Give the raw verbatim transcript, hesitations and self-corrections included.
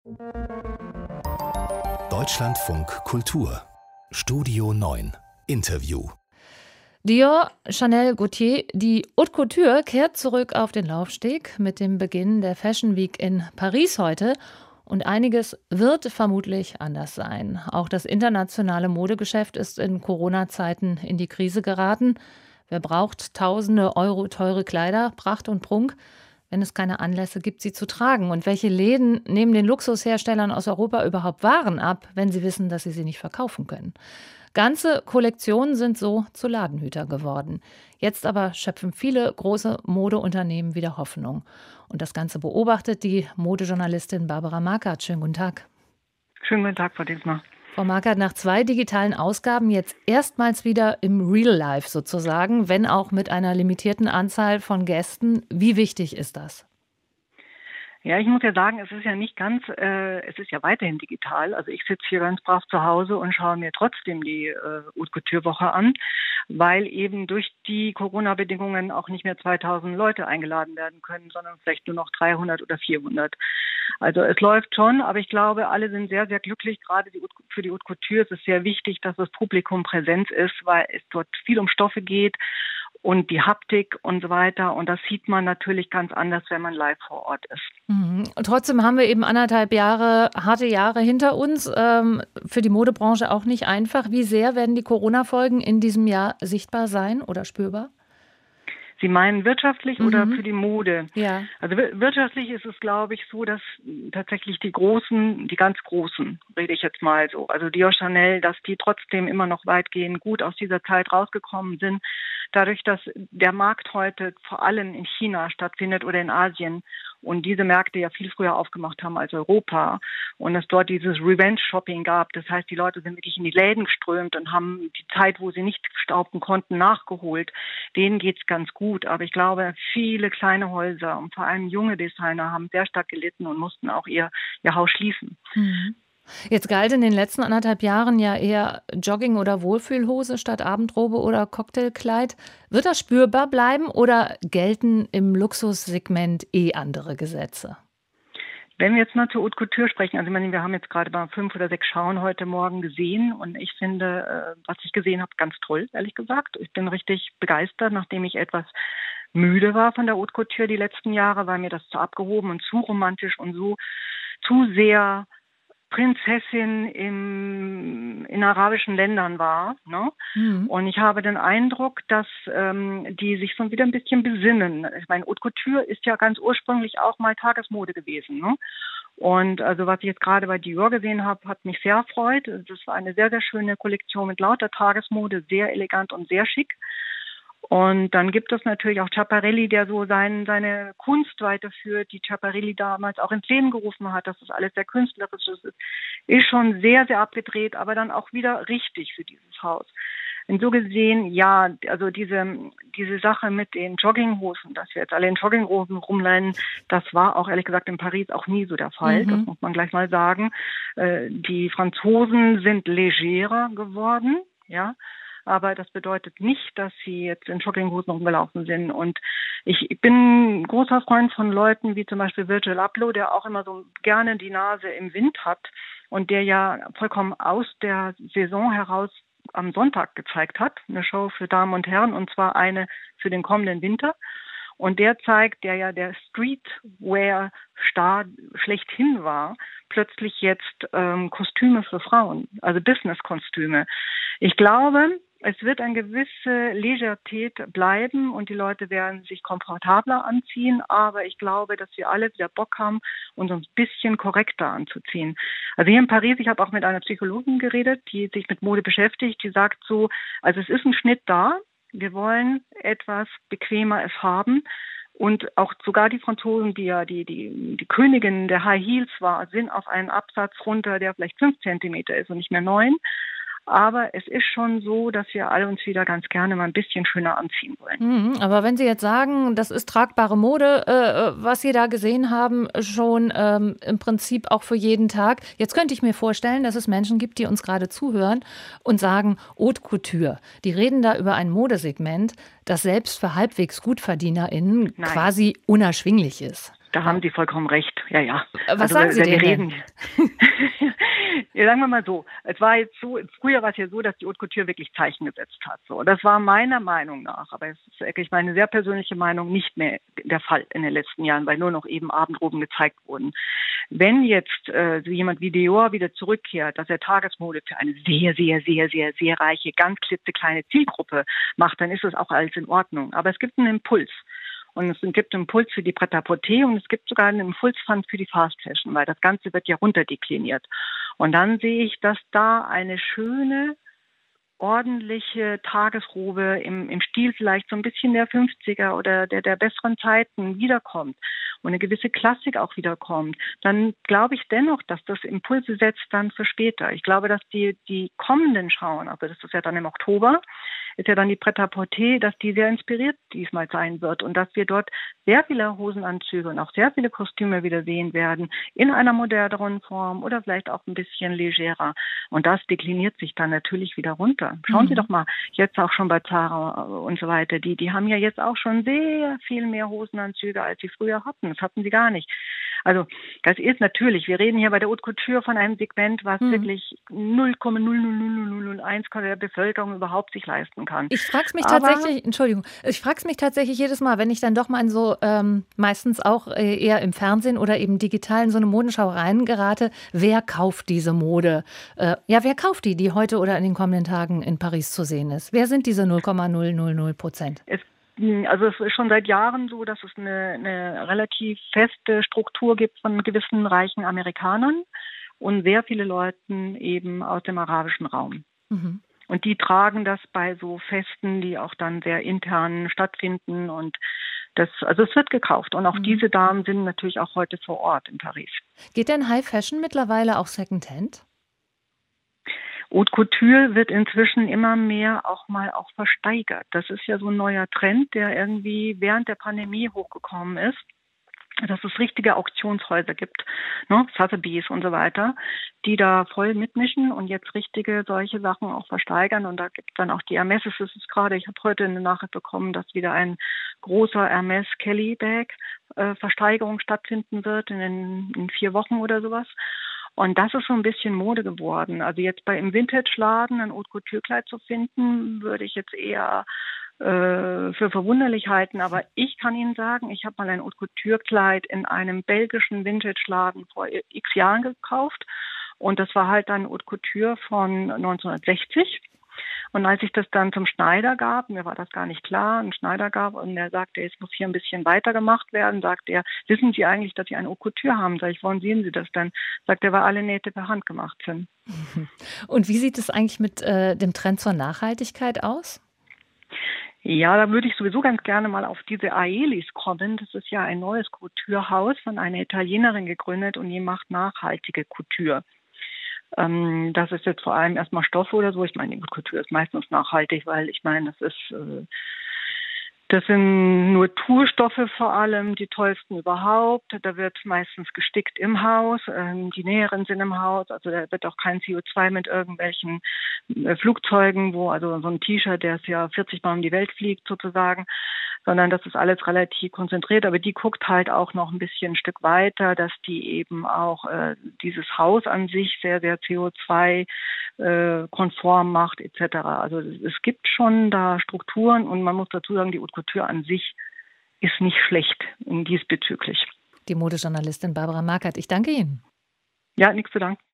Deutschlandfunk Kultur Studio neun Interview. Dior, Chanel, Gaultier, die Haute Couture kehrt zurück auf den Laufsteg mit dem Beginn der Fashion Week in Paris heute. Und einiges wird vermutlich anders sein. Auch das internationale Modegeschäft ist in Corona-Zeiten in die Krise geraten. Wer braucht tausende Euro teure Kleider, Pracht und Prunk, wenn es keine Anlässe gibt, sie zu tragen? Und welche Läden nehmen den Luxusherstellern aus Europa überhaupt Waren ab, wenn sie wissen, dass sie sie nicht verkaufen können? Ganze Kollektionen sind so zu Ladenhüter geworden. Jetzt aber schöpfen viele große Modeunternehmen wieder Hoffnung. Und das Ganze beobachtet die Modejournalistin Barbara Markert. Schönen guten Tag. Schönen guten Tag, Frau Dietmar. Frau Markert, nach zwei digitalen Ausgaben jetzt erstmals wieder im Real Life sozusagen, wenn auch mit einer limitierten Anzahl von Gästen. Wie wichtig ist das? Ja, ich muss ja sagen, es ist ja nicht ganz, äh, es ist ja weiterhin digital. Also ich sitze hier ganz brav zu Hause und schaue mir trotzdem die äh, Haute Couture Woche an, weil eben durch die Corona-Bedingungen auch nicht mehr zweitausend Leute eingeladen werden können, sondern vielleicht nur noch dreihundert oder vierhundert. Also es läuft schon, aber ich glaube, alle sind sehr, sehr glücklich. Gerade die, für die Haute Couture ist es sehr wichtig, dass das Publikum präsent ist, weil es dort viel um Stoffe geht und die Haptik und so weiter. Und das sieht man natürlich ganz anders, wenn man live vor Ort ist. Mhm. Und trotzdem haben wir eben anderthalb Jahre, harte Jahre hinter uns. Ähm, für die Modebranche auch nicht einfach. Wie sehr werden die Corona-Folgen in diesem Jahr sichtbar sein oder spürbar? Sie meinen wirtschaftlich Mhm. oder für die Mode? Ja. Also wirtschaftlich ist es, glaube ich, so, dass tatsächlich die Großen, die ganz Großen, rede ich jetzt mal so, also Dior, Chanel, dass die trotzdem immer noch weitgehend gut aus dieser Zeit rausgekommen sind. Dadurch, dass der Markt heute vor allem in China stattfindet oder in Asien und diese Märkte ja viel früher aufgemacht haben als Europa und es dort dieses Revenge-Shopping gab. Das heißt, die Leute sind wirklich in die Läden geströmt und haben die Zeit, wo sie nicht stauben konnten, nachgeholt. Denen geht's ganz gut. Aber ich glaube, viele kleine Häuser und vor allem junge Designer haben sehr stark gelitten und mussten auch ihr, ihr Haus schließen. Mhm. Jetzt galt in den letzten anderthalb Jahren ja eher Jogging- oder Wohlfühlhose statt Abendrobe oder Cocktailkleid. Wird das spürbar bleiben oder gelten im Luxussegment eh andere Gesetze? Wenn wir jetzt mal zur Haute Couture sprechen, also ich meine, wir haben jetzt gerade mal fünf oder sechs Schauen heute Morgen gesehen und ich finde, was ich gesehen habe, ganz toll, ehrlich gesagt. Ich bin richtig begeistert, nachdem ich etwas müde war von der Haute Couture die letzten Jahre, weil mir das zu abgehoben und zu romantisch und so zu sehr Prinzessin im, in arabischen Ländern war. Ne? Mhm. Und ich habe den Eindruck, dass ähm, die sich schon wieder ein bisschen besinnen. Ich meine, Haute Couture ist ja ganz ursprünglich auch mal Tagesmode gewesen. Ne? Und also was ich jetzt gerade bei Dior gesehen habe, hat mich sehr erfreut. Das war eine sehr, sehr schöne Kollektion mit lauter Tagesmode, sehr elegant und sehr schick. Und dann gibt es natürlich auch Schiaparelli, der so sein, seine Kunst weiterführt, die Schiaparelli damals auch ins Leben gerufen hat, dass das alles sehr künstlerisch ist. Ist schon sehr, sehr abgedreht, aber dann auch wieder richtig für dieses Haus. Und so gesehen, ja, also diese, diese Sache mit den Jogginghosen, dass wir jetzt alle in Jogginghosen rumrennen, das war auch ehrlich gesagt in Paris auch nie so der Fall. Mhm. Das muss man gleich mal sagen. Die Franzosen sind legerer geworden, ja. Aber das bedeutet nicht, dass sie jetzt in Jogginghosen rumgelaufen sind. Und ich bin ein großer Freund von Leuten wie zum Beispiel Virgil Abloh, der auch immer so gerne die Nase im Wind hat und der ja vollkommen aus der Saison heraus am Sonntag gezeigt hat, eine Show für Damen und Herren, und zwar eine für den kommenden Winter. Und der zeigt, der ja der Streetwear-Star schlechthin war, plötzlich jetzt ähm, Kostüme für Frauen, also Business-Kostüme. Ich glaube, es wird eine gewisse Legerität bleiben und die Leute werden sich komfortabler anziehen, aber ich glaube, dass wir alle wieder Bock haben, uns ein bisschen korrekter anzuziehen. Also hier in Paris, ich habe auch mit einer Psychologin geredet, die sich mit Mode beschäftigt, die sagt so, also es ist ein Schnitt da, wir wollen etwas bequemer es haben. Und auch sogar die Franzosen, die ja die, die, die Königin der High Heels war, sind auf einen Absatz runter, der vielleicht fünf Zentimeter ist und nicht mehr neun. Aber es ist schon so, dass wir alle uns wieder ganz gerne mal ein bisschen schöner anziehen wollen. Mhm, aber wenn Sie jetzt sagen, das ist tragbare Mode, äh, was Sie da gesehen haben, schon ähm, im Prinzip auch für jeden Tag. Jetzt könnte ich mir vorstellen, dass es Menschen gibt, die uns gerade zuhören und sagen, Haute Couture. Die reden da über ein Modesegment, das selbst für halbwegs GutverdienerInnen Nein. quasi unerschwinglich ist. Da haben Sie vollkommen recht. Ja, ja. Was also, sagen Sie wir, wir denn? reden. Ja, sagen wir mal so. Es war jetzt so, früher war es ja so, dass die Haute Couture wirklich Zeichen gesetzt hat. So. Das war meiner Meinung nach, aber es ist wirklich meine sehr persönliche Meinung, nicht mehr der Fall in den letzten Jahren, weil nur noch eben Abendroben gezeigt wurden. Wenn jetzt äh, so jemand wie Dior wieder zurückkehrt, dass er Tagesmode für eine sehr, sehr, sehr, sehr, sehr reiche, ganz klitzekleine Zielgruppe macht, dann ist das auch alles in Ordnung. Aber es gibt einen Impuls. Und es gibt einen Impuls für die Pret-à-Porter und es gibt sogar einen Impulsfund für die Fast Fashion, weil das Ganze wird ja runterdekliniert. Und dann sehe ich, dass da eine schöne, ordentliche Tagesrobe im, im Stil vielleicht so ein bisschen der fünfziger oder der, der besseren Zeiten wiederkommt und eine gewisse Klassik auch wiederkommt, dann glaube ich dennoch, dass das Impulse setzt dann für später. Ich glaube, dass die, die kommenden Schauen, also das ist ja dann im Oktober, ist ja dann die Pret-à-Porter, dass die sehr inspiriert diesmal sein wird und dass wir dort sehr viele Hosenanzüge und auch sehr viele Kostüme wieder sehen werden in einer moderneren Form oder vielleicht auch ein bisschen legerer. Und das dekliniert sich dann natürlich wieder runter. Schauen mhm. Sie doch mal, jetzt auch schon bei Zara und so weiter, die, die haben ja jetzt auch schon sehr viel mehr Hosenanzüge, als sie früher hatten. Das hatten sie gar nicht. Also das ist natürlich, wir reden hier bei der Haute Couture von einem Segment, was mhm. wirklich null Komma null null null null null eins der Bevölkerung überhaupt sich leisten kann. Ich frage es mich Aber, tatsächlich, Entschuldigung, ich frage es mich tatsächlich jedes Mal, wenn ich dann doch mal in so, ähm, meistens auch äh, eher im Fernsehen oder eben digital in so eine Modenschau reingerate, wer kauft diese Mode? Äh, ja, wer kauft die, die heute oder in den kommenden Tagen in Paris zu sehen ist? Wer sind diese null Komma null null null Prozent? Es Also es ist schon seit Jahren so, dass es eine, eine relativ feste Struktur gibt von gewissen reichen Amerikanern und sehr viele Leuten eben aus dem arabischen Raum. Mhm. Und die tragen das bei so Festen, die auch dann sehr intern stattfinden. Und das, also es wird gekauft. Und auch mhm. diese Damen sind natürlich auch heute vor Ort in Paris. Geht denn High Fashion mittlerweile auch Secondhand? Haute Couture wird inzwischen immer mehr auch mal auch versteigert. Das ist ja so ein neuer Trend, der irgendwie während der Pandemie hochgekommen ist, dass es richtige Auktionshäuser gibt, ne, Sotheby's und so weiter, die da voll mitmischen und jetzt richtige solche Sachen auch versteigern. Und da gibt es dann auch die Hermes, es ist gerade, ich habe heute eine Nachricht bekommen, dass wieder ein großer Hermes Kelly Bag äh, Versteigerung stattfinden wird in, in vier Wochen oder sowas. Und das ist so ein bisschen Mode geworden. Also jetzt bei im Vintage-Laden ein Haute Couture-Kleid zu finden, würde ich jetzt eher äh, für verwunderlich halten. Aber ich kann Ihnen sagen, ich habe mal ein Haute Couture-Kleid in einem belgischen Vintage-Laden vor x Jahren gekauft. Und das war halt dann Haute Couture von neunzehnhundertsechzig. Und als ich das dann zum Schneider gab, mir war das gar nicht klar, ein Schneider gab und der sagte, es muss hier ein bisschen weiter gemacht werden, sagt er, wissen Sie eigentlich, dass Sie eine Haute Couture haben? Sag ich, warum sehen Sie das denn? Sagt er, weil alle Nähte per Hand gemacht sind. Und wie sieht es eigentlich mit äh, dem Trend zur Nachhaltigkeit aus? Ja, da würde ich sowieso ganz gerne mal auf diese Aelis kommen. Das ist ja ein neues Couturehaus von einer Italienerin gegründet und die macht nachhaltige Couture. Das ist jetzt vor allem erstmal Stoffe oder so. Ich meine, die Couture ist meistens nachhaltig, weil ich meine, das ist, das sind nur Naturstoffe vor allem, die tollsten überhaupt. Da wird meistens gestickt im Haus. Die Näherinnen sind im Haus. Also da wird auch kein C O zwei mit irgendwelchen Flugzeugen, wo also so ein T-Shirt, der ist ja vierzig Mal um die Welt fliegt sozusagen, sondern das ist alles relativ konzentriert. Aber die guckt halt auch noch ein bisschen ein Stück weiter, dass die eben auch äh, dieses Haus an sich sehr, sehr C O zwei konform macht et cetera. Also es gibt schon da Strukturen und man muss dazu sagen, die Haute Couture an sich ist nicht schlecht diesbezüglich. Die Modejournalistin Barbara Markert, ich danke Ihnen. Ja, nichts zu danken.